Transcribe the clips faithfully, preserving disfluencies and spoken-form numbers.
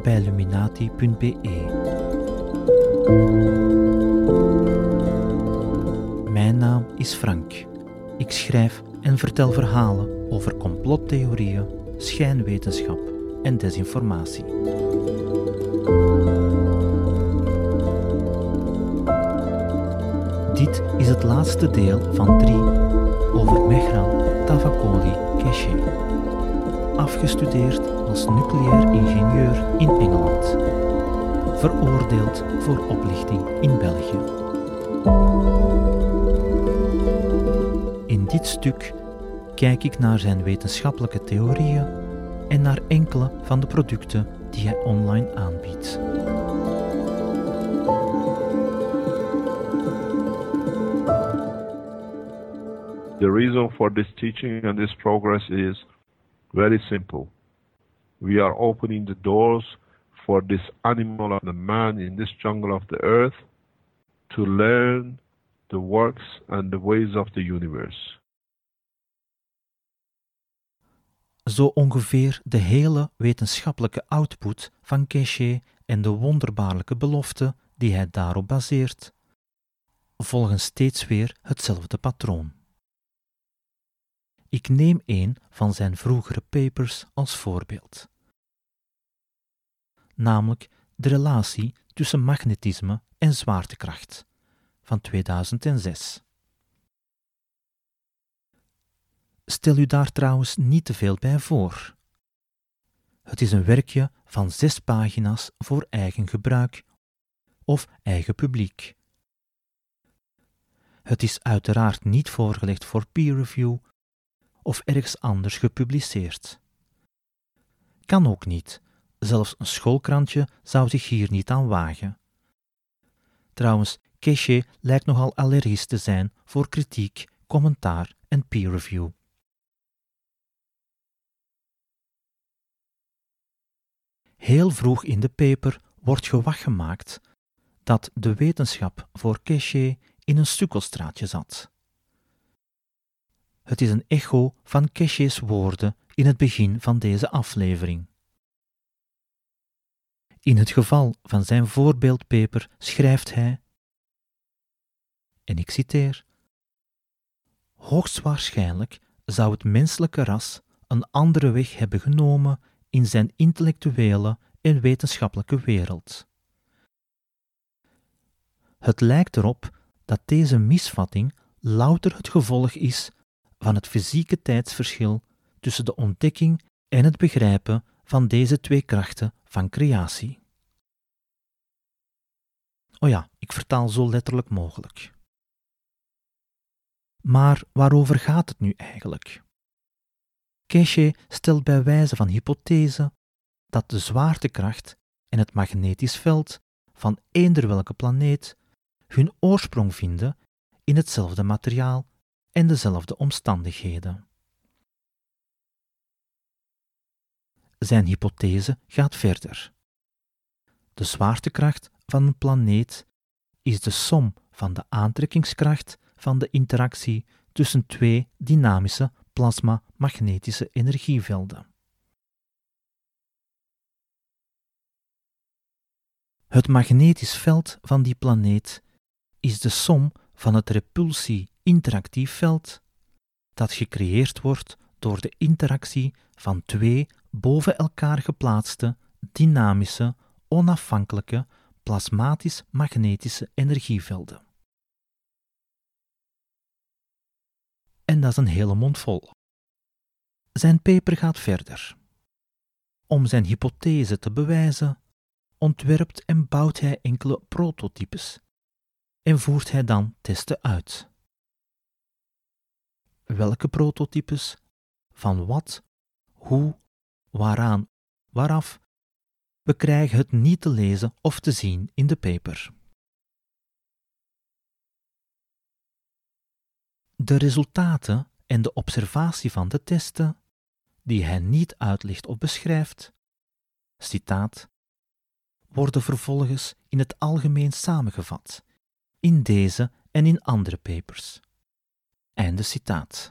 bij illuminati punt b e. Mijn naam is Frank. Ik schrijf en vertel verhalen over complottheorieën, schijnwetenschap en desinformatie. Dit is het laatste deel van drie over Mehran Tavakoli Keshe, afgestudeerd als nucleair ingenieur in Engeland, veroordeeld voor oplichting in België. In dit stuk kijk ik naar zijn wetenschappelijke theorieën en naar enkele van de producten die hij online aanbiedt. The reason for this teaching and this progress is very simple. We are opening the doors for this animal and the man in this jungle of the earth to learn the works and the ways of the universe. Zo ongeveer de hele wetenschappelijke output van Keshe en de wonderbaarlijke beloften die hij daarop baseert, volgen steeds weer hetzelfde patroon. Ik neem een van zijn vroegere papers als voorbeeld, namelijk de relatie tussen magnetisme en zwaartekracht van tweeduizend zes. Stel u daar trouwens niet te veel bij voor. Het is een werkje van zes pagina's voor eigen gebruik of eigen publiek. Het is uiteraard niet voorgelegd voor peer review of ergens anders gepubliceerd. Kan ook niet, zelfs een schoolkrantje zou zich hier niet aan wagen. Trouwens, Keshe lijkt nogal allergisch te zijn voor kritiek, commentaar en peer review. Heel vroeg in de paper wordt gewag gemaakt dat de wetenschap voor Keshe in een sukkelstraatje zat. Het is een echo van Keshe's woorden in het begin van deze aflevering. In het geval van zijn voorbeeldpaper schrijft hij, en ik citeer: hoogstwaarschijnlijk zou het menselijke ras een andere weg hebben genomen in zijn intellectuele en wetenschappelijke wereld. Het lijkt erop dat deze misvatting louter het gevolg is van het fysieke tijdsverschil tussen de ontdekking en het begrijpen van deze twee krachten van creatie. Oh ja, ik vertaal zo letterlijk mogelijk. Maar waarover gaat het nu eigenlijk? Keshe stelt bij wijze van hypothese dat de zwaartekracht en het magnetisch veld van eender welke planeet hun oorsprong vinden in hetzelfde materiaal en dezelfde omstandigheden. Zijn hypothese gaat verder. De zwaartekracht van een planeet is de som van de aantrekkingskracht van de interactie tussen twee dynamische plasma-magnetische energievelden. Het magnetisch veld van die planeet is de som van het repulsie-interactief veld dat gecreëerd wordt door de interactie van twee boven elkaar geplaatste, dynamische, onafhankelijke, plasmatisch-magnetische energievelden. En dat is een hele mond vol. Zijn paper gaat verder. Om zijn hypothese te bewijzen, ontwerpt en bouwt hij enkele prototypes en voert hij dan testen uit. Welke prototypes, van wat, hoe, waaraan, waaraf, we krijgen het niet te lezen of te zien in de paper. De resultaten en de observatie van de testen, die hij niet uitlicht of beschrijft, citaat, worden vervolgens in het algemeen samengevat, in deze en in andere papers. Einde citaat.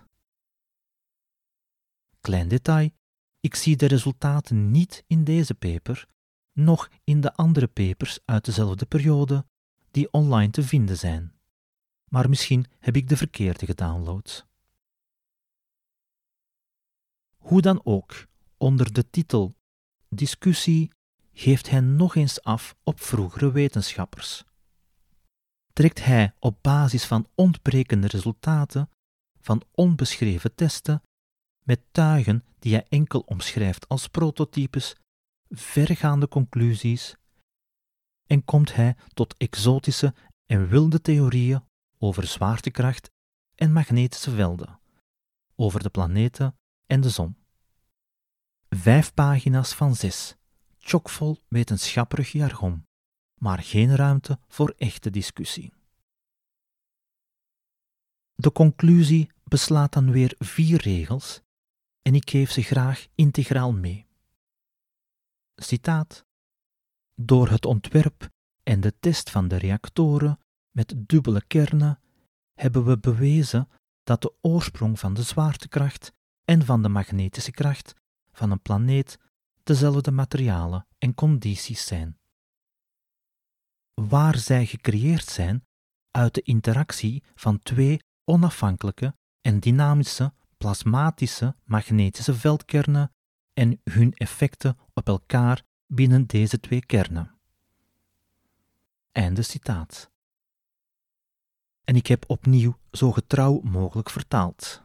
Klein detail, ik zie de resultaten niet in deze paper, noch in de andere papers uit dezelfde periode die online te vinden zijn. Maar misschien heb ik de verkeerde gedownload. Hoe dan ook, onder de titel Discussie geeft hij nog eens af op vroegere wetenschappers. Trekt hij op basis van ontbrekende resultaten van onbeschreven testen met tuigen die hij enkel omschrijft als prototypes, vergaande conclusies en komt hij tot exotische en wilde theorieën over zwaartekracht en magnetische velden, over de planeten en de zon. Vijf pagina's van zes, chockvol wetenschappelijk jargon, maar geen ruimte voor echte discussie. De conclusie beslaat dan weer vier regels en ik geef ze graag integraal mee. Citaat: door het ontwerp en de test van de reactoren met dubbele kernen hebben we bewezen dat de oorsprong van de zwaartekracht en van de magnetische kracht van een planeet dezelfde materialen en condities zijn. Waar zij gecreëerd zijn uit de interactie van twee onafhankelijke en dynamische plasmatische magnetische veldkernen en hun effecten op elkaar binnen deze twee kernen. Einde citaat. En ik heb opnieuw zo getrouw mogelijk vertaald.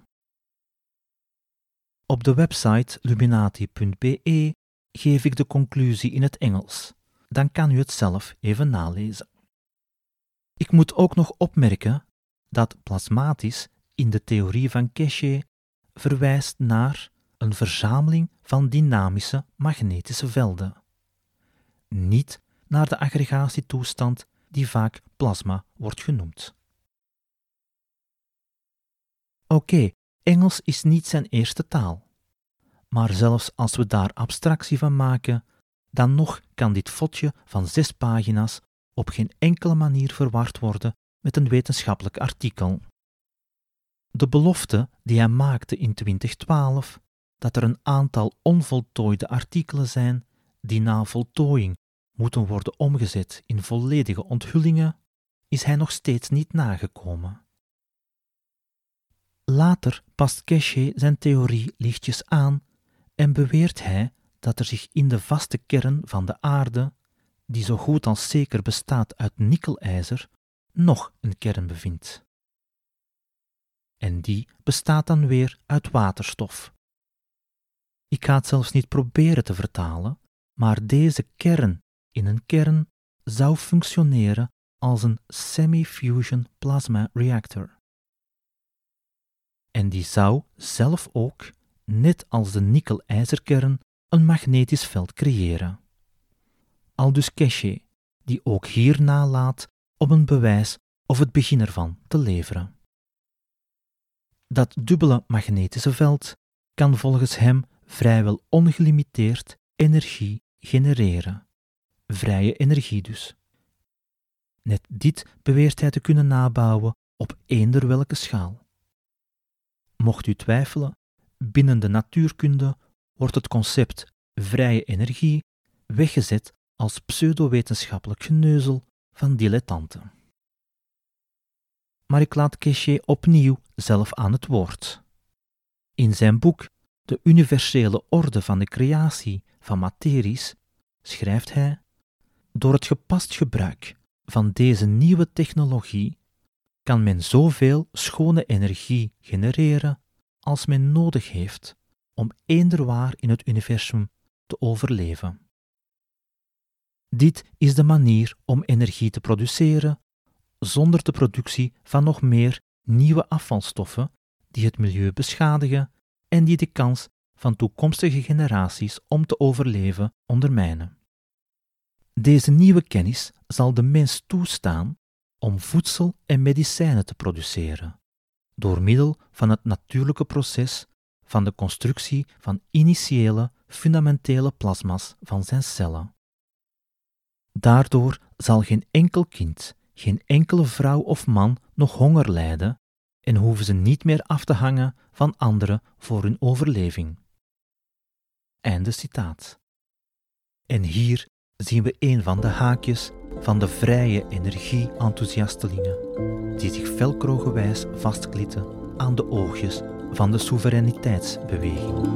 Op de website luminati punt b e geef ik de conclusie in het Engels. Dan kan u het zelf even nalezen. Ik moet ook nog opmerken dat plasmatisch in de theorie van Keshe verwijst naar een verzameling van dynamische magnetische velden, niet naar de aggregatietoestand die vaak plasma wordt genoemd. Oké, okay, Engels is niet zijn eerste taal, maar zelfs als we daar abstractie van maken, dan nog kan dit fotje van zes pagina's op geen enkele manier verward worden met een wetenschappelijk artikel. De belofte die hij maakte in twintig twaalf, dat er een aantal onvoltooide artikelen zijn die na voltooiing moeten worden omgezet in volledige onthullingen, is hij nog steeds niet nagekomen. Later past Keshe zijn theorie lichtjes aan en beweert hij dat er zich in de vaste kern van de aarde, die zo goed als zeker bestaat uit nikkelijzer, nog een kern bevindt. En die bestaat dan weer uit waterstof. Ik ga het zelfs niet proberen te vertalen, maar deze kern in een kern zou functioneren als een semi-fusion plasma reactor. En die zou zelf ook, net als de nikkel-ijzerkern, een magnetisch veld creëren. Aldus Keshe, die ook hier nalaat om een bewijs of het begin ervan te leveren. Dat dubbele magnetische veld kan volgens hem vrijwel ongelimiteerd energie genereren. Vrije energie dus. Net dit beweert hij te kunnen nabouwen op eender welke schaal. Mocht u twijfelen, binnen de natuurkunde wordt het concept vrije energie weggezet als pseudowetenschappelijk geneuzel van dilettanten. Maar ik laat Keshe opnieuw zelf aan het woord. In zijn boek De universele orde van de creatie van materies schrijft hij: door het gepast gebruik van deze nieuwe technologie kan men zoveel schone energie genereren als men nodig heeft om eenderwaar in het universum te overleven. Dit is de manier om energie te produceren zonder de productie van nog meer nieuwe afvalstoffen die het milieu beschadigen en die de kans van toekomstige generaties om te overleven ondermijnen. Deze nieuwe kennis zal de mens toestaan om voedsel en medicijnen te produceren, door middel van het natuurlijke proces van de constructie van initiële, fundamentele plasma's van zijn cellen. Daardoor zal geen enkel kind, geen enkele vrouw of man nog honger lijden en hoeven ze niet meer af te hangen van anderen voor hun overleving. Einde citaat. En hier zien we een van de haakjes van de vrije energie-enthousiastelingen, die zich velcro-gewijs vastklieten aan de oogjes van de soevereiniteitsbeweging.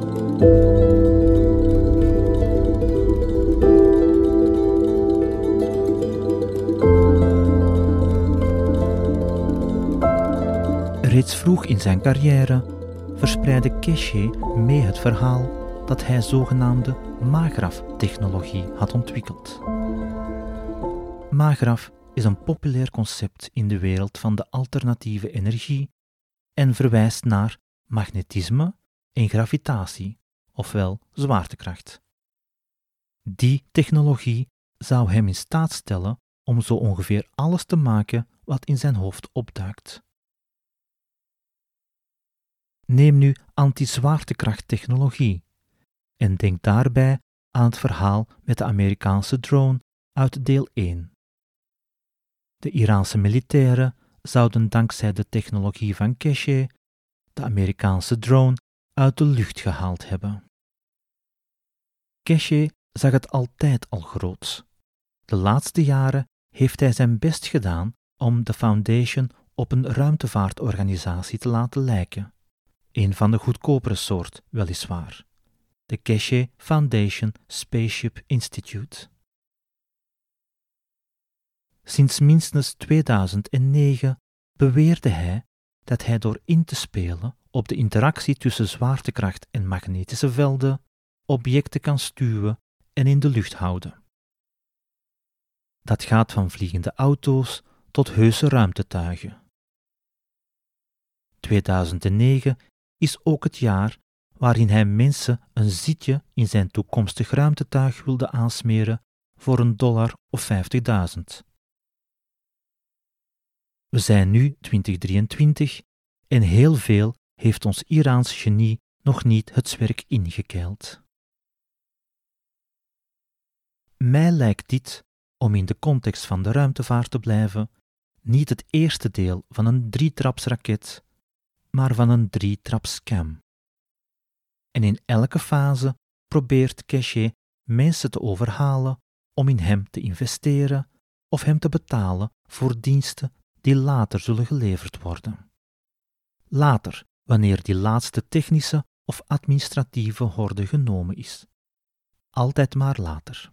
Reeds vroeg in zijn carrière verspreidde Keshe mee het verhaal dat hij zogenaamde Magrath-technologie had ontwikkeld. Magrath is een populair concept in de wereld van de alternatieve energie en verwijst naar magnetisme en gravitatie, ofwel zwaartekracht. Die technologie zou hem in staat stellen om zo ongeveer alles te maken wat in zijn hoofd opduikt. Neem nu anti-zwaartekrachttechnologie en denk daarbij aan het verhaal met de Amerikaanse drone uit deel één. De Iraanse militairen zouden dankzij de technologie van Keshe de Amerikaanse drone uit de lucht gehaald hebben. Keshe zag het altijd al groots. De laatste jaren heeft hij zijn best gedaan om de Foundation op een ruimtevaartorganisatie te laten lijken. Een van de goedkopere soort, weliswaar. De Keshe Foundation Spaceship Institute. Sinds minstens tweeduizend negen beweerde hij dat hij door in te spelen op de interactie tussen zwaartekracht en magnetische velden objecten kan stuwen en in de lucht houden. Dat gaat van vliegende auto's tot heuse ruimtetuigen. tweeduizend negen is ook het jaar waarin hij mensen een zitje in zijn toekomstig ruimtetuig wilde aansmeren voor een dollar of vijftigduizend. We zijn nu twintig drieëntwintig en heel veel heeft ons Iraans genie nog niet het zwerk ingekeild. Mij lijkt dit, om in de context van de ruimtevaart te blijven, niet het eerste deel van een drietrapsraket, maar van een drietrapscam. En in elke fase probeert Keshe mensen te overhalen om in hem te investeren of hem te betalen voor diensten die later zullen geleverd worden. Later, wanneer die laatste technische of administratieve horde genomen is. Altijd maar later.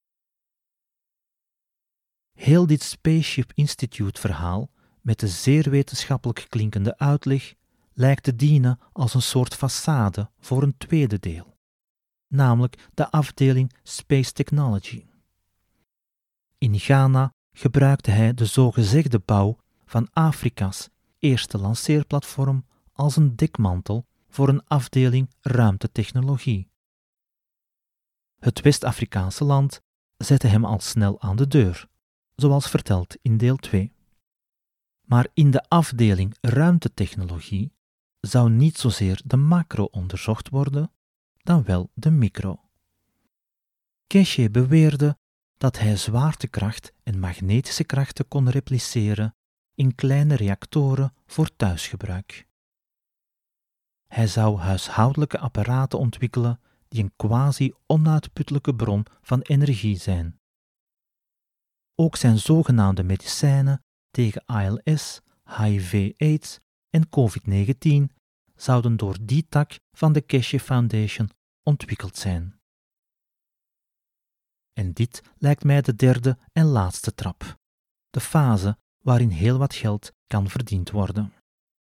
Heel dit Spaceship Institute verhaal, met de zeer wetenschappelijk klinkende uitleg, lijkt te dienen als een soort façade voor een tweede deel, namelijk de afdeling Space Technology. In Ghana gebruikte hij de zogezegde bouw van Afrika's eerste lanceerplatform als een dekmantel voor een afdeling ruimtetechnologie. Het West-Afrikaanse land zette hem al snel aan de deur, zoals verteld in deel twee. Maar in de afdeling ruimtetechnologie zou niet zozeer de macro onderzocht worden, dan wel de micro. Keshe beweerde dat hij zwaartekracht en magnetische krachten kon repliceren in kleine reactoren voor thuisgebruik. Hij zou huishoudelijke apparaten ontwikkelen die een quasi-onuitputtelijke bron van energie zijn. Ook zijn zogenaamde medicijnen tegen A L S, H I V-AIDS en covid negentien zouden door die tak van de Keshe Foundation ontwikkeld zijn. En dit lijkt mij de derde en laatste trap, de fase waarin heel wat geld kan verdiend worden.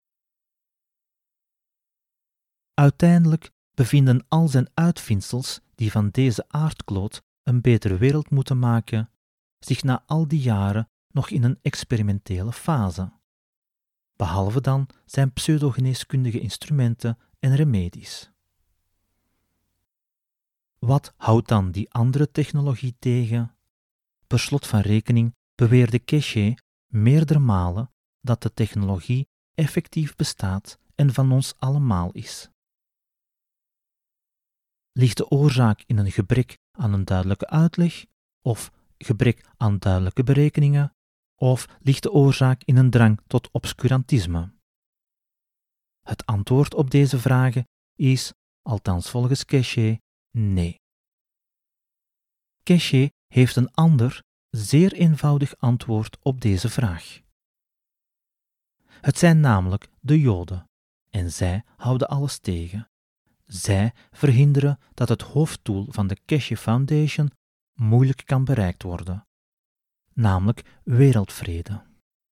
Uiteindelijk bevinden al zijn uitvindsels die van deze aardkloot een betere wereld moeten maken, zich na al die jaren nog in een experimentele fase, behalve dan zijn pseudogeneeskundige instrumenten en remedies. Wat houdt dan die andere technologie tegen? Per slot van rekening beweerde Keshe meerdere malen dat de technologie effectief bestaat en van ons allemaal is. Ligt de oorzaak in een gebrek aan een duidelijke uitleg, of gebrek aan duidelijke berekeningen, of ligt de oorzaak in een drang tot obscurantisme? Het antwoord op deze vragen is, althans volgens Keshe, nee. Keshe heeft een ander, zeer eenvoudig antwoord op deze vraag. Het zijn namelijk de Joden, en zij houden alles tegen. Zij verhinderen dat het hoofddoel van de Keshe Foundation moeilijk kan bereikt worden, namelijk wereldvrede.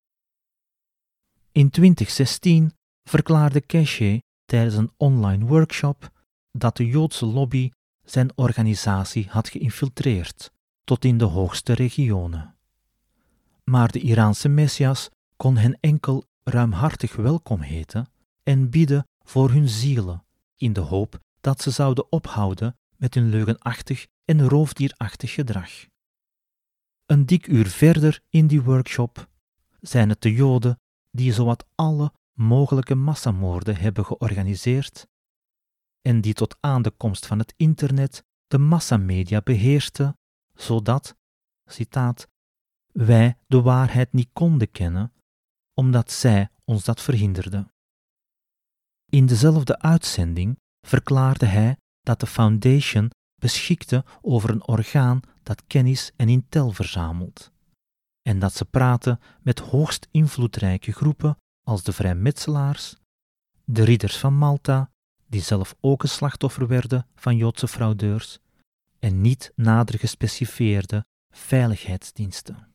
In twintig zestien verklaarde Keshe tijdens een online workshop dat de Joodse lobby zijn organisatie had geïnfiltreerd tot in de hoogste regionen. Maar de Iraanse Messias kon hen enkel ruimhartig welkom heten en bieden voor hun zielen, in de hoop dat ze zouden ophouden met hun leugenachtig en roofdierachtig gedrag. Een dik uur verder in die workshop zijn het de Joden die zowat alle mogelijke massamoorden hebben georganiseerd en die tot aan de komst van het internet de massamedia beheersten, zodat, citaat, wij de waarheid niet konden kennen, omdat zij ons dat verhinderden. In dezelfde uitzending verklaarde hij dat de Foundation beschikte over een orgaan dat kennis en intel verzamelt, en dat ze praten met hoogst invloedrijke groepen als de vrijmetselaars, de ridders van Malta, die zelf ook een slachtoffer werden van Joodse fraudeurs, en niet nader gespecificeerde veiligheidsdiensten.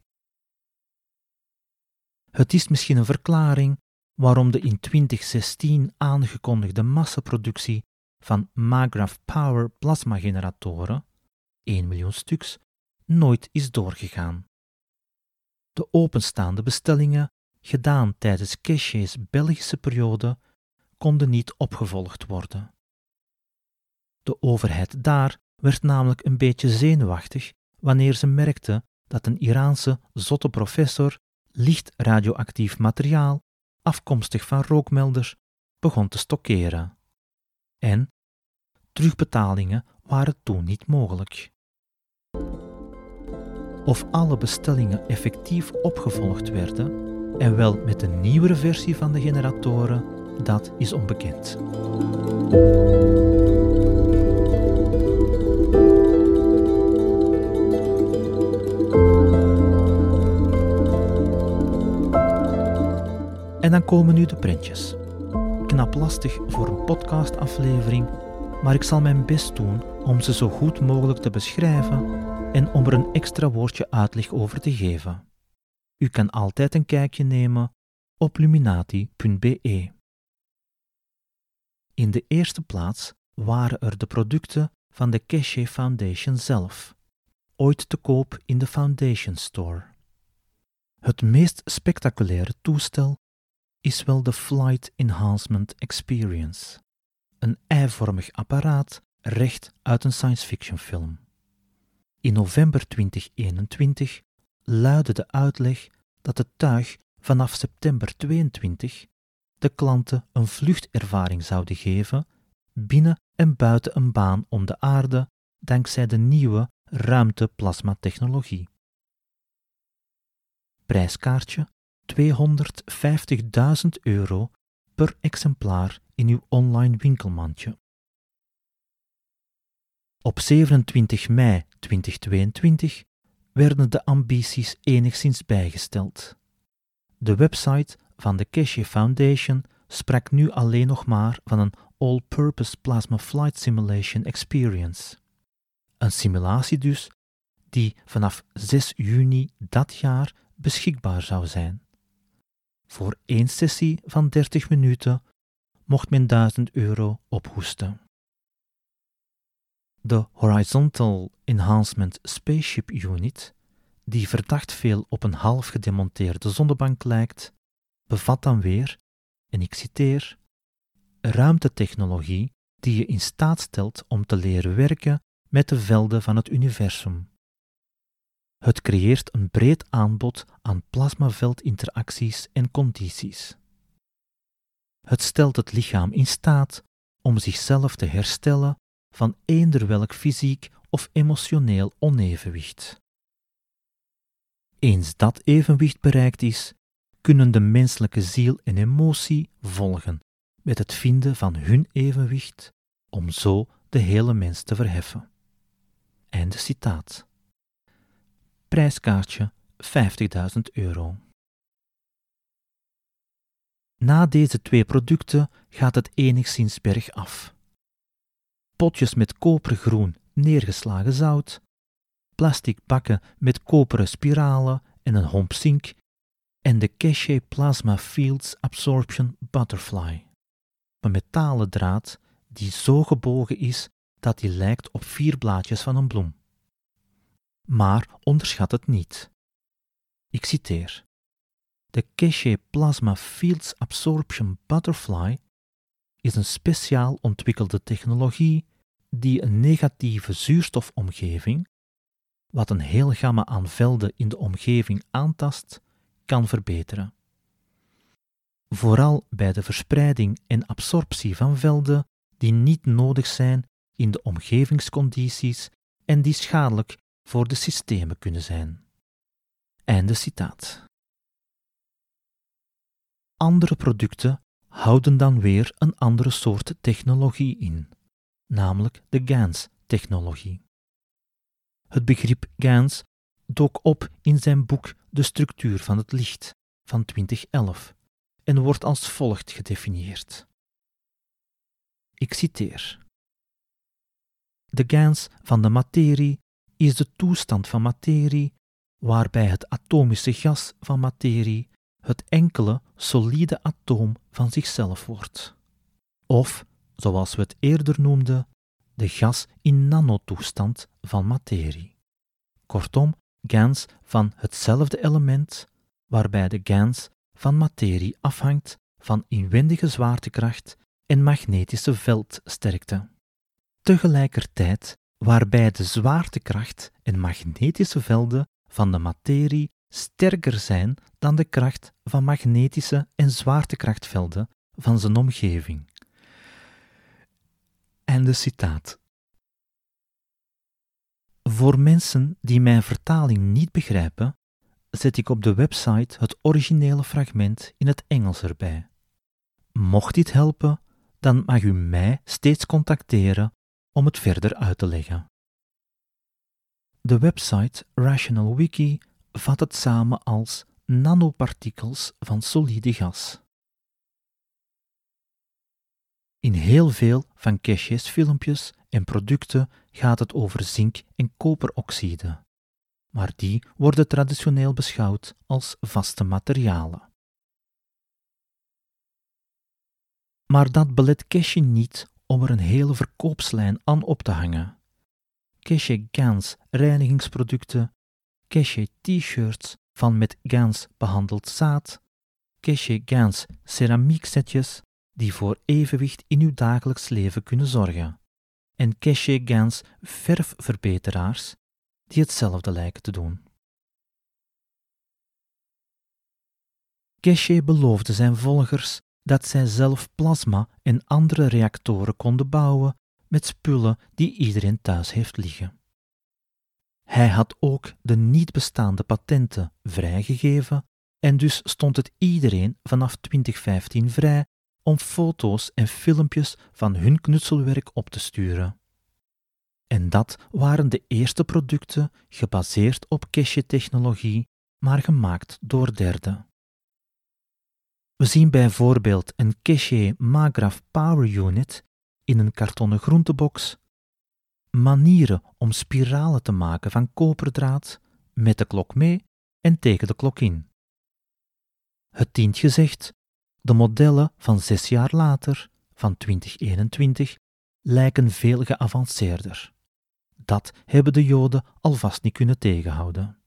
Het is misschien een verklaring waarom de in twintig zestien aangekondigde massaproductie van Magrath Power plasmageneratoren, één miljoen stuks, nooit is doorgegaan. De openstaande bestellingen, gedaan tijdens Keshe's Belgische periode, konden niet opgevolgd worden. De overheid daar werd namelijk een beetje zenuwachtig wanneer ze merkte dat een Iraanse zotte professor licht radioactief materiaal, afkomstig van rookmelders, begon te stockeren. En terugbetalingen waren toen niet mogelijk. Of alle bestellingen effectief opgevolgd werden, en wel met een nieuwere versie van de generatoren, dat is onbekend. En dan komen nu de prentjes. Knap lastig voor een podcastaflevering, maar ik zal mijn best doen om ze zo goed mogelijk te beschrijven en om er een extra woordje uitleg over te geven. U kan altijd een kijkje nemen op luminati punt be. In de eerste plaats waren er de producten van de Keshe Foundation zelf, ooit te koop in de Foundation Store. Het meest spectaculaire toestel is wel de Flight Enhancement Experience, een eivormig apparaat recht uit een science fiction film. In november twintig eenentwintig luidde de uitleg dat het tuig vanaf september tweeëntwintig de klanten een vluchtervaring zouden geven binnen en buiten een baan om de aarde dankzij de nieuwe ruimteplasmatechnologie. Prijskaartje tweehonderdvijftigduizend euro per exemplaar in uw online winkelmandje. Op zevenentwintig mei tweeduizend tweeëntwintig werden de ambities enigszins bijgesteld. De website van de Keshe Foundation sprak nu alleen nog maar van een All-Purpose Plasma Flight Simulation Experience. Een simulatie dus, die vanaf zes juni dat jaar beschikbaar zou zijn. Voor één sessie van dertig minuten mocht men duizend euro ophoesten. De Horizontal Enhancement Spaceship Unit, die verdacht veel op een half gedemonteerde zonnebank lijkt, bevat dan weer, en ik citeer, ruimtetechnologie die je in staat stelt om te leren werken met de velden van het universum. Het creëert een breed aanbod aan plasmaveldinteracties en condities. Het stelt het lichaam in staat om zichzelf te herstellen van eender welk fysiek of emotioneel onevenwicht. Eens dat evenwicht bereikt is, kunnen de menselijke ziel en emotie volgen met het vinden van hun evenwicht om zo de hele mens te verheffen. Einde citaat. prijskaartje vijftigduizend euro. Na deze twee producten gaat het enigszins bergaf. Potjes met kopergroen neergeslagen zout, plastic bakken met koperen spiralen en een homp zink en de Keshe Plasma Fields Absorption Butterfly, een metalen draad die zo gebogen is dat die lijkt op vier blaadjes van een bloem. Maar onderschat het niet. Ik citeer. De Keshe Plasma Fields Absorption Butterfly is een speciaal ontwikkelde technologie die een negatieve zuurstofomgeving, wat een heel gamma aan velden in de omgeving aantast, kan verbeteren. Vooral bij de verspreiding en absorptie van velden die niet nodig zijn in de omgevingscondities en die schadelijk voor de systemen kunnen zijn. Einde citaat. Andere producten houden dan weer een andere soort technologie in, namelijk de GANS-technologie. Het begrip GANS dook op in zijn boek De structuur van het licht van twintig elf en wordt als volgt gedefinieerd. Ik citeer. De GANS van de materie is de toestand van materie waarbij het atomische gas van materie het enkele solide atoom van zichzelf wordt. Of, zoals we het eerder noemden, de gas in nanotoestand van materie. Kortom, GANS van hetzelfde element, waarbij de GANS van materie afhangt van inwendige zwaartekracht en magnetische veldsterkte. Tegelijkertijd waarbij de zwaartekracht en magnetische velden van de materie sterker zijn dan de kracht van magnetische en zwaartekrachtvelden van zijn omgeving. Einde citaat. Voor mensen die mijn vertaling niet begrijpen, zet ik op de website het originele fragment in het Engels erbij. Mocht dit helpen, dan mag u mij steeds contacteren om het verder uit te leggen. De website Rational Wiki vat het samen als nanopartikels van solide gas. In heel veel van Keshe's filmpjes en producten gaat het over zink- en koperoxide, maar die worden traditioneel beschouwd als vaste materialen. Maar dat belet Keshe niet om er een hele verkoopslijn aan op te hangen. Keshe GANS reinigingsproducten, Keshe t-shirts van met GANS behandeld zaad, Keshe GANS ceramieksetjes die voor evenwicht in uw dagelijks leven kunnen zorgen, en Keshe GANS verfverbeteraars die hetzelfde lijken te doen. Keshe beloofde zijn volgers dat zij zelf plasma en andere reactoren konden bouwen met spullen die iedereen thuis heeft liggen. Hij had ook de niet bestaande patenten vrijgegeven en dus stond het iedereen vanaf twintig vijftien vrij om foto's en filmpjes van hun knutselwerk op te sturen. En dat waren de eerste producten gebaseerd op Keshe-technologie, maar gemaakt door derden. We zien bijvoorbeeld een Keshe Magrav Power Unit in een kartonnen groentebox, manieren om spiralen te maken van koperdraad, met de klok mee en tegen de klok in. Het dient gezegd, de modellen van zes jaar later, van twintig eenentwintig, lijken veel geavanceerder. Dat hebben de Joden alvast niet kunnen tegenhouden.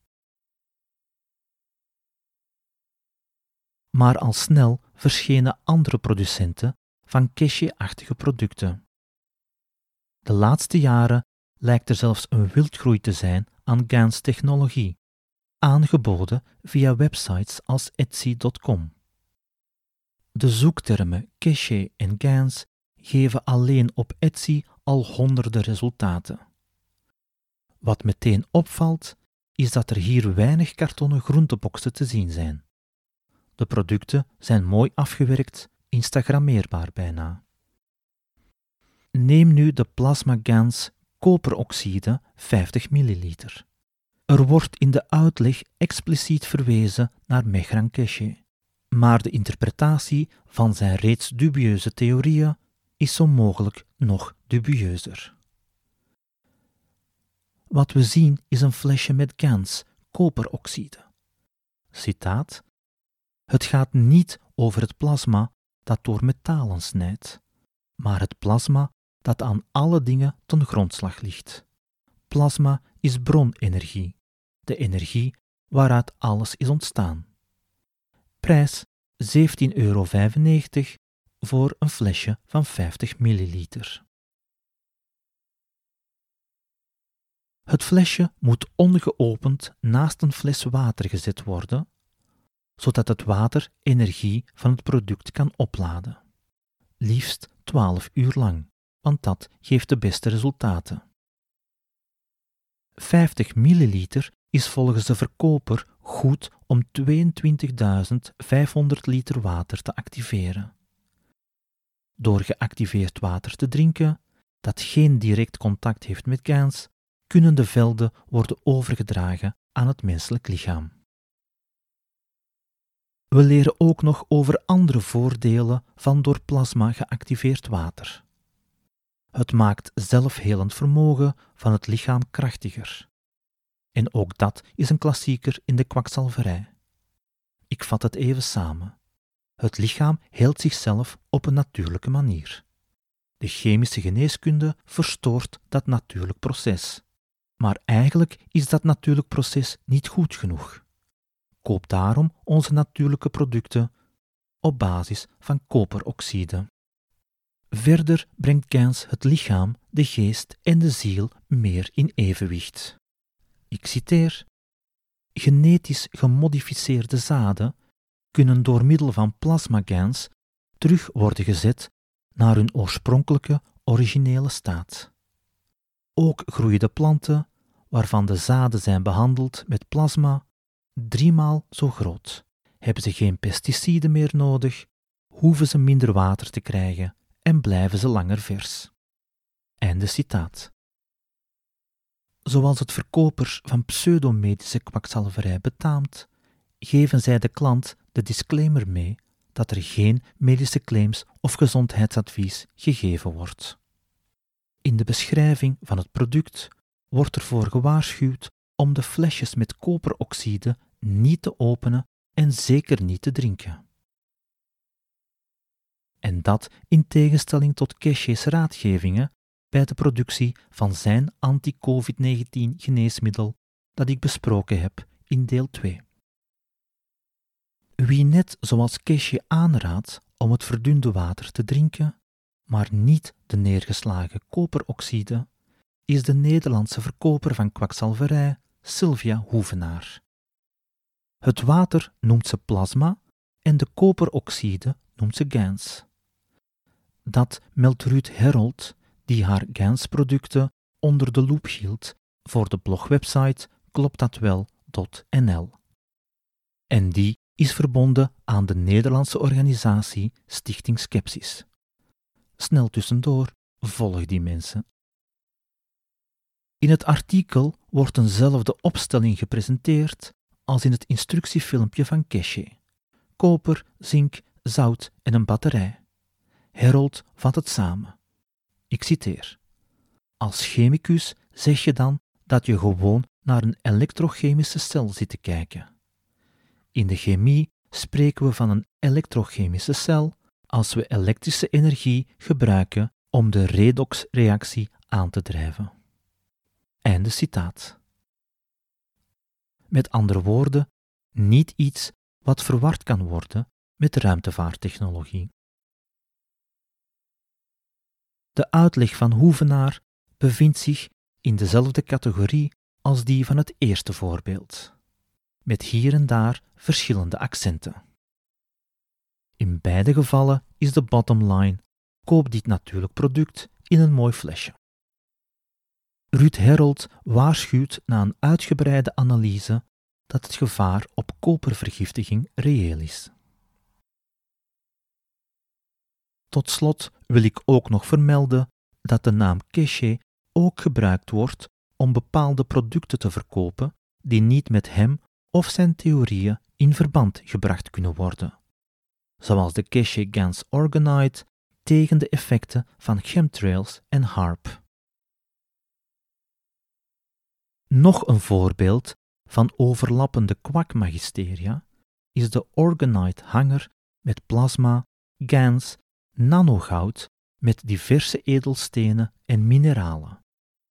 Maar al snel verschenen andere producenten van Keshe-achtige producten. De laatste jaren lijkt er zelfs een wildgroei te zijn aan GANS-technologie, aangeboden via websites als etsy punt com. De zoektermen Keshe en GANS geven alleen op Etsy al honderden resultaten. Wat meteen opvalt, is dat er hier weinig kartonnen groenteboxen te zien zijn. De producten zijn mooi afgewerkt, instagrammeerbaar bijna. Neem nu de Plasma GANS koperoxide vijftig milliliter. Er wordt in de uitleg expliciet verwezen naar Mehran Keshe, maar de interpretatie van zijn reeds dubieuze theorieën is zo mogelijk nog dubieuzer. Wat we zien is een flesje met GaNs, koperoxide. Citaat: het gaat niet over het plasma dat door metalen snijdt, maar het plasma dat aan alle dingen ten grondslag ligt. Plasma is bronenergie, de energie waaruit alles is ontstaan. Prijs zeventien euro vijfennegentig voor een flesje van vijftig milliliter. Het flesje moet ongeopend naast een fles water gezet worden, zodat het water energie van het product kan opladen. Liefst twaalf uur lang, want dat geeft de beste resultaten. vijftig milliliter is volgens de verkoper goed om tweeëntwintigduizend vijfhonderd liter water te activeren. Door geactiveerd water te drinken, dat geen direct contact heeft met GaNs, kunnen de velden worden overgedragen aan het menselijk lichaam. We leren ook nog over andere voordelen van door plasma geactiveerd water. Het maakt zelfhelend vermogen van het lichaam krachtiger. En ook dat is een klassieker in de kwakzalverij. Ik vat het even samen. Het lichaam heelt zichzelf op een natuurlijke manier. De chemische geneeskunde verstoort dat natuurlijk proces. Maar eigenlijk is dat natuurlijk proces niet goed genoeg. Koop daarom onze natuurlijke producten op basis van koperoxide. Verder brengt GaNs het lichaam, de geest en de ziel meer in evenwicht. Ik citeer: genetisch gemodificeerde zaden kunnen door middel van plasma-GaNs terug worden gezet naar hun oorspronkelijke, originele staat. Ook groeien de planten, waarvan de zaden zijn behandeld met plasma, driemaal zo groot. Hebben ze geen pesticiden meer nodig, hoeven ze minder water te krijgen en blijven ze langer vers. Einde citaat. Zoals het verkopers van pseudomedische kwakzalverij betaamt, geven zij de klant de disclaimer mee dat er geen medische claims of gezondheidsadvies gegeven wordt. In de beschrijving van het product wordt ervoor gewaarschuwd om de flesjes met koperoxide niet te openen en zeker niet te drinken. En dat in tegenstelling tot Keshe's raadgevingen bij de productie van zijn anti-covid negentien geneesmiddel dat ik besproken heb in deel twee. Wie net zoals Keshe aanraadt om het verdunde water te drinken, maar niet de neergeslagen koperoxide, is de Nederlandse verkoper van kwakzalverij Sylvia Hoevenaar. Het water noemt ze plasma en de koperoxide noemt ze GaNs. Dat meldt Ruud Herold, die haar GaNs-producten onder de loep hield voor de blogwebsite klopt dat wel punt n l. En die is verbonden aan de Nederlandse organisatie Stichting Skepsis. Snel tussendoor, volg die mensen. In het artikel wordt eenzelfde opstelling gepresenteerd als in het instructiefilmpje van Keshe. Koper, zink, zout en een batterij. Herold vat het samen. Ik citeer: als chemicus zeg je dan dat je gewoon naar een elektrochemische cel zit te kijken. In de chemie spreken we van een elektrochemische cel als we elektrische energie gebruiken om de redoxreactie aan te drijven. Einde citaat. Met andere woorden, niet iets wat verward kan worden met ruimtevaarttechnologie. De uitleg van Hoevenaar bevindt zich in dezelfde categorie als die van het eerste voorbeeld, met hier en daar verschillende accenten. In beide gevallen is de bottom line: koop dit natuurlijk product in een mooi flesje. Ruud Herold waarschuwt na een uitgebreide analyse dat het gevaar op kopervergiftiging reëel is. Tot slot wil ik ook nog vermelden dat de naam Keshe ook gebruikt wordt om bepaalde producten te verkopen die niet met hem of zijn theorieën in verband gebracht kunnen worden, zoals de Keshe-Gans organoid tegen de effecten van chemtrails en HAARP. Nog een voorbeeld van overlappende kwakmagisteria is de organoid-hanger met plasma, Gans, nanogoud met diverse edelstenen en mineralen.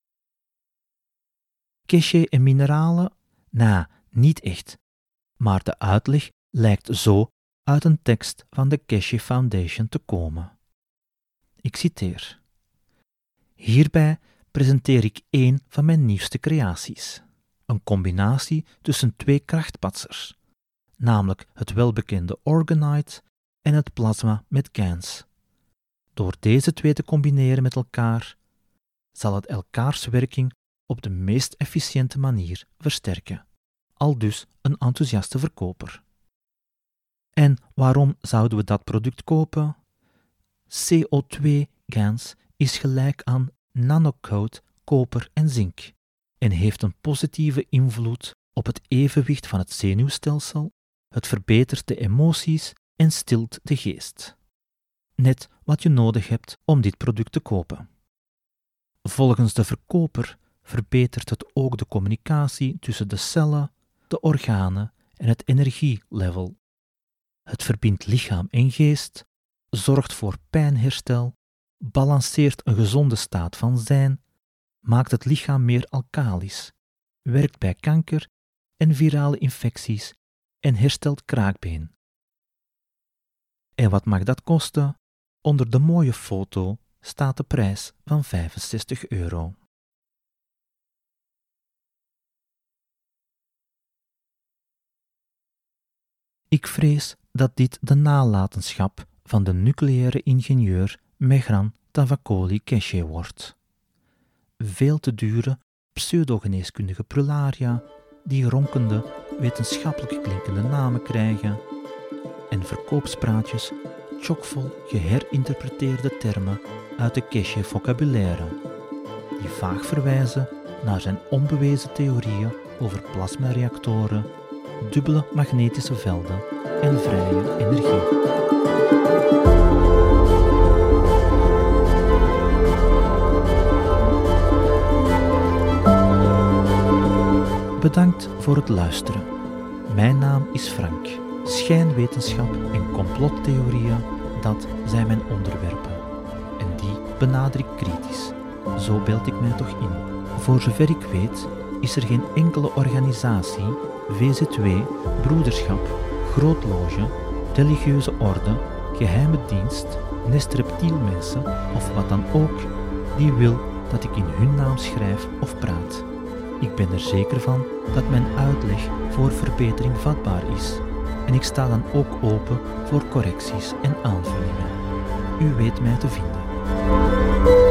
Keshe en mineralen? Nou, niet echt, maar de uitleg lijkt zo uit een tekst van de Keshe Foundation te komen. Ik citeer. Hierbij presenteer ik één van mijn nieuwste creaties. Een combinatie tussen twee krachtpatsers, namelijk het welbekende organoid en het plasma met Gans. Door deze twee te combineren met elkaar, zal het elkaars werking op de meest efficiënte manier versterken. Aldus een enthousiaste verkoper. En waarom zouden we dat product kopen? C O twee Gans is gelijk aan nanogoud, koper en zink en heeft een positieve invloed op het evenwicht van het zenuwstelsel, het verbetert de emoties en stilt de geest. Net wat je nodig hebt om dit product te kopen. Volgens de verkoper verbetert het ook de communicatie tussen de cellen, de organen en het energielevel. Het verbindt lichaam en geest, zorgt voor pijnherstel, balanceert een gezonde staat van zijn, maakt het lichaam meer alkalisch, werkt bij kanker en virale infecties en herstelt kraakbeen. En wat mag dat kosten? Onder de mooie foto staat de prijs van vijfenzestig euro. Ik vrees dat dit de nalatenschap van de nucleaire ingenieur Mehran Tavakoli Keshe wordt. Veel te dure pseudogeneeskundige prularia die ronkende, wetenschappelijk klinkende namen krijgen en verkoopspraatjes chockvol geherinterpreteerde termen uit de Keshe-vocabulaire, die vaag verwijzen naar zijn onbewezen theorieën over plasmareactoren, dubbele magnetische velden en vrije energie. Bedankt voor het luisteren. Mijn naam is Frank. Schijnwetenschap en complottheorieën, dat zijn mijn onderwerpen. En die benader ik kritisch. Zo beeld ik mij toch in. Voor zover ik weet, is er geen enkele organisatie, V Z W, broederschap, grootloge, religieuze orde, geheime dienst, nest reptielmensen of wat dan ook, die wil dat ik in hun naam schrijf of praat. Ik ben er zeker van dat mijn uitleg voor verbetering vatbaar is. En ik sta dan ook open voor correcties en aanvullingen. U weet mij te vinden.